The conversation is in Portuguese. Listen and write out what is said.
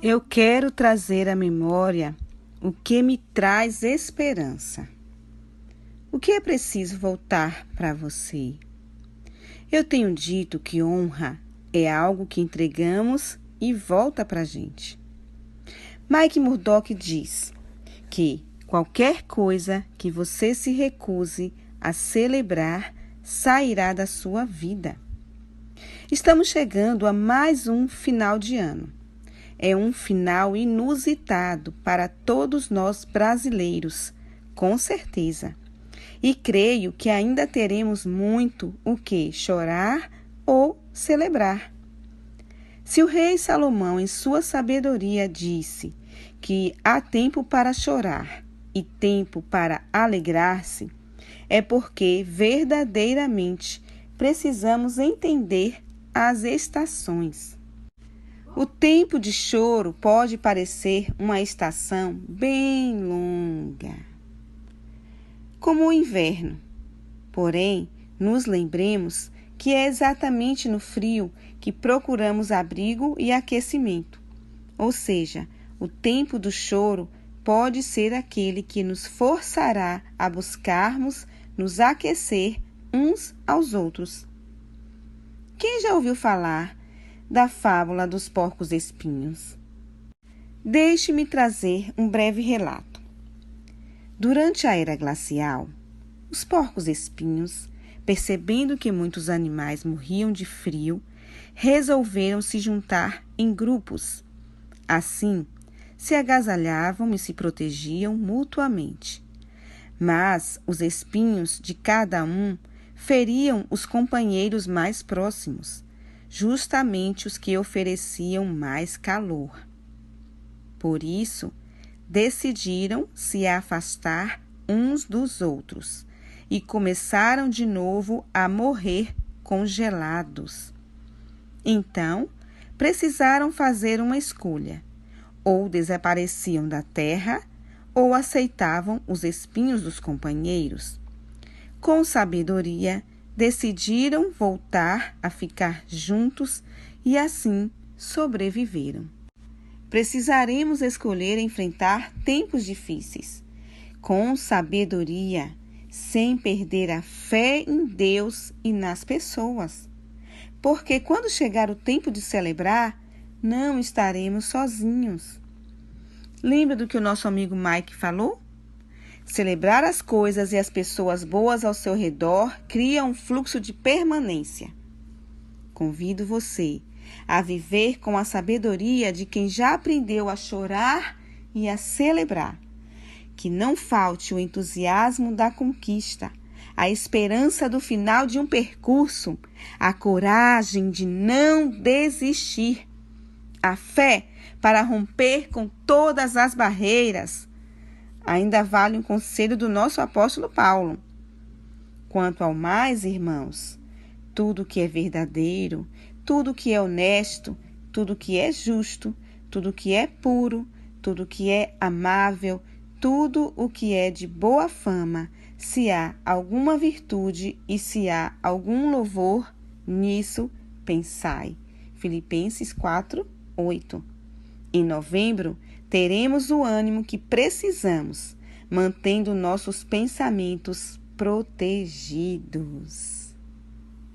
Eu quero trazer à memória o que me traz esperança. O que é preciso voltar para você? Eu tenho dito que honra é algo que entregamos e volta para a gente. Mike Murdock diz que qualquer coisa que você se recuse a celebrar sairá da sua vida. Estamos chegando a mais um final de ano. É um final inusitado para todos nós brasileiros, com certeza. E creio que ainda teremos muito o que chorar ou celebrar. Se o rei Salomão, em sua sabedoria, disse que há tempo para chorar e tempo para alegrar-se, é porque verdadeiramente precisamos entender as estações. O tempo de choro pode parecer uma estação bem longa, como o inverno. Porém, nos lembremos que é exatamente no frio que procuramos abrigo e aquecimento. Ou seja, o tempo do choro pode ser aquele que nos forçará a buscarmos nos aquecer uns aos outros. Quem já ouviu falar da fábula dos porcos-espinhos? Deixe-me trazer um breve relato. Durante a era glacial, os porcos-espinhos, percebendo que muitos animais morriam de frio, resolveram se juntar em grupos. Assim, se agasalhavam e se protegiam mutuamente. Mas os espinhos de cada um feriam os companheiros mais próximos, justamente os que ofereciam mais calor. Por isso, decidiram se afastar uns dos outros e começaram de novo a morrer congelados. Então, precisaram fazer uma escolha: ou desapareciam da terra, ou aceitavam os espinhos dos companheiros. Com sabedoria, decidiram voltar a ficar juntos e assim sobreviveram. Precisaremos escolher enfrentar tempos difíceis, com sabedoria, sem perder a fé em Deus e nas pessoas. Porque quando chegar o tempo de celebrar, não estaremos sozinhos. Lembra do que o nosso amigo Mike falou? Celebrar as coisas e as pessoas boas ao seu redor cria um fluxo de permanência. Convido você a viver com a sabedoria de quem já aprendeu a chorar e a celebrar. Que não falte o entusiasmo da conquista, a esperança do final de um percurso, a coragem de não desistir, a fé para romper com todas as barreiras. Ainda vale um conselho do nosso apóstolo Paulo. Quanto ao mais, irmãos, tudo que é verdadeiro, tudo que é honesto, tudo que é justo, tudo que é puro, tudo que é amável, tudo o que é de boa fama, se há alguma virtude e se há algum louvor, nisso pensai. Filipenses 4:8. Em novembro, teremos o ânimo que precisamos, mantendo nossos pensamentos protegidos.